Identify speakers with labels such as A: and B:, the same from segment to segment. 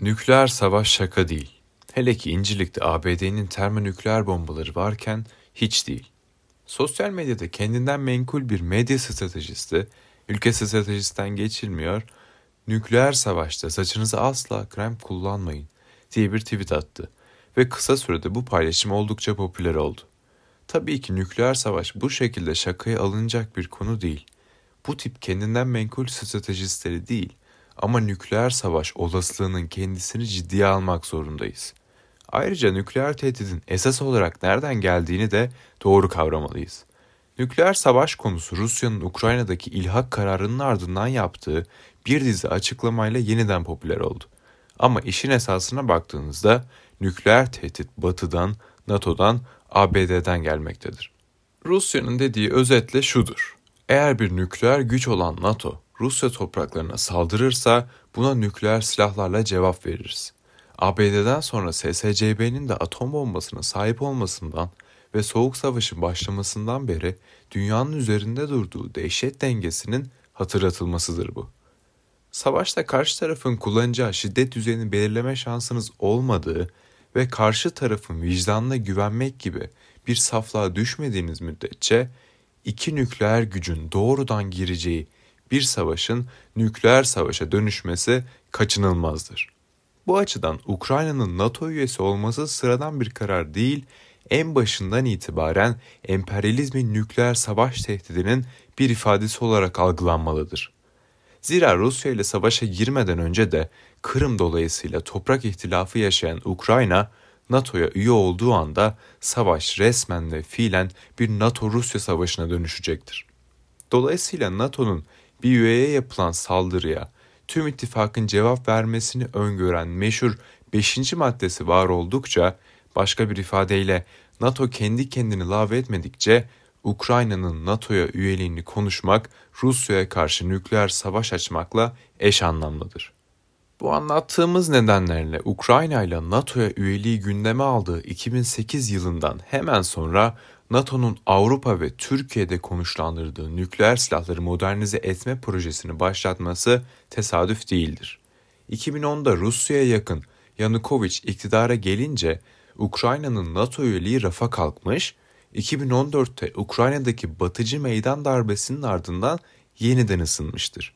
A: Nükleer savaş şaka değil. Hele ki İncirlik'te ABD'nin termonükleer bombaları varken hiç değil. Sosyal medyada kendinden menkul bir medya stratejisti, ülke stratejisten geçilmiyor, nükleer savaşta saçınızı asla krem kullanmayın diye bir tweet attı ve kısa sürede bu paylaşım oldukça popüler oldu. Tabii ki nükleer savaş bu şekilde şakaya alınacak bir konu değil. Bu tip kendinden menkul stratejistleri değil ama nükleer savaş olasılığının kendisini ciddiye almak zorundayız. Ayrıca nükleer tehditin esas olarak nereden geldiğini de doğru kavramalıyız. Nükleer savaş konusu Rusya'nın Ukrayna'daki ilhak kararının ardından yaptığı bir dizi açıklamayla yeniden popüler oldu. Ama işin esasına baktığınızda nükleer tehdit Batı'dan, NATO'dan, ABD'den gelmektedir. Rusya'nın dediği özetle şudur: eğer bir nükleer güç olan NATO, Rusya topraklarına saldırırsa buna nükleer silahlarla cevap veririz. ABD'den sonra SSCB'nin de atom bombasına sahip olmasından ve Soğuk Savaş'ın başlamasından beri dünyanın üzerinde durduğu dehşet dengesinin hatırlatılmasıdır bu. Savaşta karşı tarafın kullanacağı şiddet düzeyini belirleme şansınız olmadığı ve karşı tarafın vicdanına güvenmek gibi bir saflığa düşmediğiniz müddetçe iki nükleer gücün doğrudan gireceği bir savaşın nükleer savaşa dönüşmesi kaçınılmazdır. Bu açıdan Ukrayna'nın NATO üyesi olması sıradan bir karar değil, en başından itibaren emperyalizmin nükleer savaş tehdidinin bir ifadesi olarak algılanmalıdır. Zira Rusya ile savaşa girmeden önce de Kırım dolayısıyla toprak ihtilafı yaşayan Ukrayna, NATO'ya üye olduğu anda savaş resmen ve fiilen bir NATO-Rusya savaşına dönüşecektir. Dolayısıyla NATO'nun bir üyeye yapılan saldırıya tüm ittifakın cevap vermesini öngören meşhur 5. maddesi var oldukça, başka bir ifadeyle NATO kendi kendini lağvetmedikçe Ukrayna'nın NATO'ya üyeliğini konuşmak Rusya'ya karşı nükleer savaş açmakla eş anlamlıdır. Bu anlattığımız nedenlerle Ukrayna ile NATO'ya üyeliği gündeme aldığı 2008 yılından hemen sonra NATO'nun Avrupa ve Türkiye'de konuşlandırdığı nükleer silahları modernize etme projesini başlatması tesadüf değildir. 2010'da Rusya'ya yakın Yanukovych iktidara gelince Ukrayna'nın NATO üyeliği rafa kalkmış, 2014'te Ukrayna'daki Batıcı Meydan Darbesi'nin ardından yeniden ısınmıştır.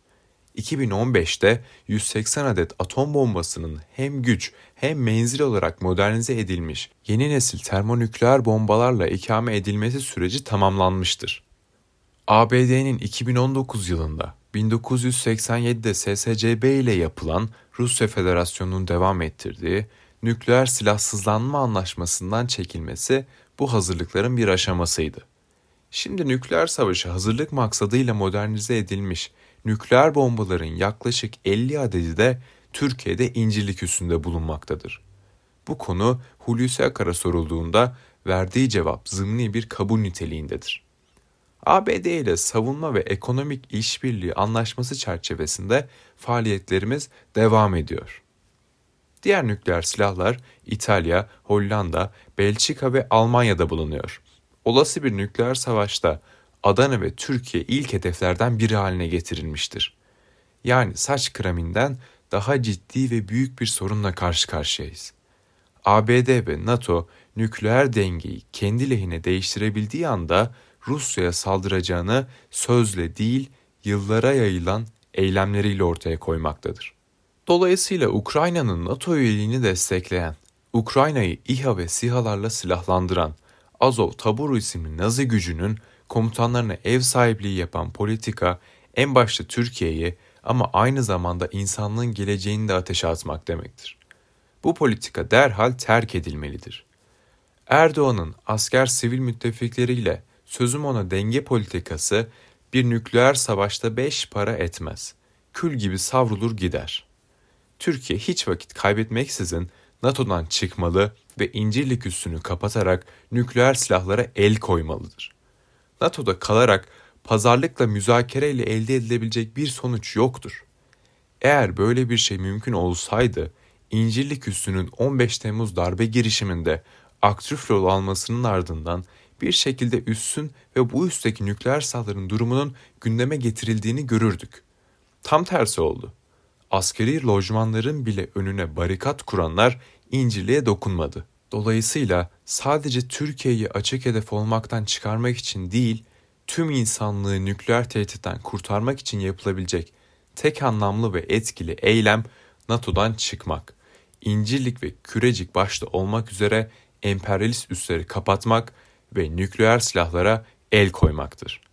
A: 2015'te 180 adet atom bombasının hem güç hem menzil olarak modernize edilmiş yeni nesil termonükleer bombalarla ikame edilmesi süreci tamamlanmıştır. ABD'nin 2019 yılında 1987'de SSCB ile yapılan Rusya Federasyonu'nun devam ettirdiği nükleer silahsızlanma anlaşmasından çekilmesi bu hazırlıkların bir aşamasıydı. Şimdi nükleer savaşı hazırlık maksadıyla modernize edilmiş nükleer bombaların yaklaşık 50 adedi de Türkiye'de İncirlik üssünde bulunmaktadır. Bu konu Hulusi Akar'a sorulduğunda verdiği cevap zımni bir kabul niteliğindedir. ABD ile savunma ve ekonomik işbirliği anlaşması çerçevesinde faaliyetlerimiz devam ediyor. Diğer nükleer silahlar İtalya, Hollanda, Belçika ve Almanya'da bulunuyor. Olası bir nükleer savaşta Adana ve Türkiye ilk hedeflerden biri haline getirilmiştir. Yani saç kreminden daha ciddi ve büyük bir sorunla karşı karşıyayız. ABD ve NATO nükleer dengeyi kendi lehine değiştirebildiği anda Rusya'ya saldıracağını sözle değil, yıllara yayılan eylemleriyle ortaya koymaktadır. Dolayısıyla Ukrayna'nın NATO üyeliğini destekleyen, Ukrayna'yı İHA ve SİHA'larla silahlandıran Azov Taboru isimli Nazi gücünün komutanlarına ev sahipliği yapan politika en başta Türkiye'yi ama aynı zamanda insanlığın geleceğini de ateşe atmak demektir. Bu politika derhal terk edilmelidir. Erdoğan'ın asker-sivil müttefikleriyle sözüm ona denge politikası bir nükleer savaşta beş para etmez. Kül gibi savrulur gider. Türkiye hiç vakit kaybetmeksizin NATO'dan çıkmalı ve İncirlik üssünü kapatarak nükleer silahlara el koymalıdır. NATO'da kalarak pazarlıkla müzakereyle elde edilebilecek bir sonuç yoktur. Eğer böyle bir şey mümkün olsaydı, İncirlik üssünün 15 Temmuz darbe girişiminde aktif rol almasının ardından bir şekilde üssün ve bu üsteki nükleer silahların durumunun gündeme getirildiğini görürdük. Tam tersi oldu. Askeri lojmanların bile önüne barikat kuranlar İncirli'ye dokunmadı. Dolayısıyla sadece Türkiye'yi açık hedef olmaktan çıkarmak için değil, tüm insanlığı nükleer tehditten kurtarmak için yapılabilecek tek anlamlı ve etkili eylem NATO'dan çıkmak. İncirlik ve Kürecik başta olmak üzere emperyalist üsleri kapatmak ve nükleer silahlara el koymaktır.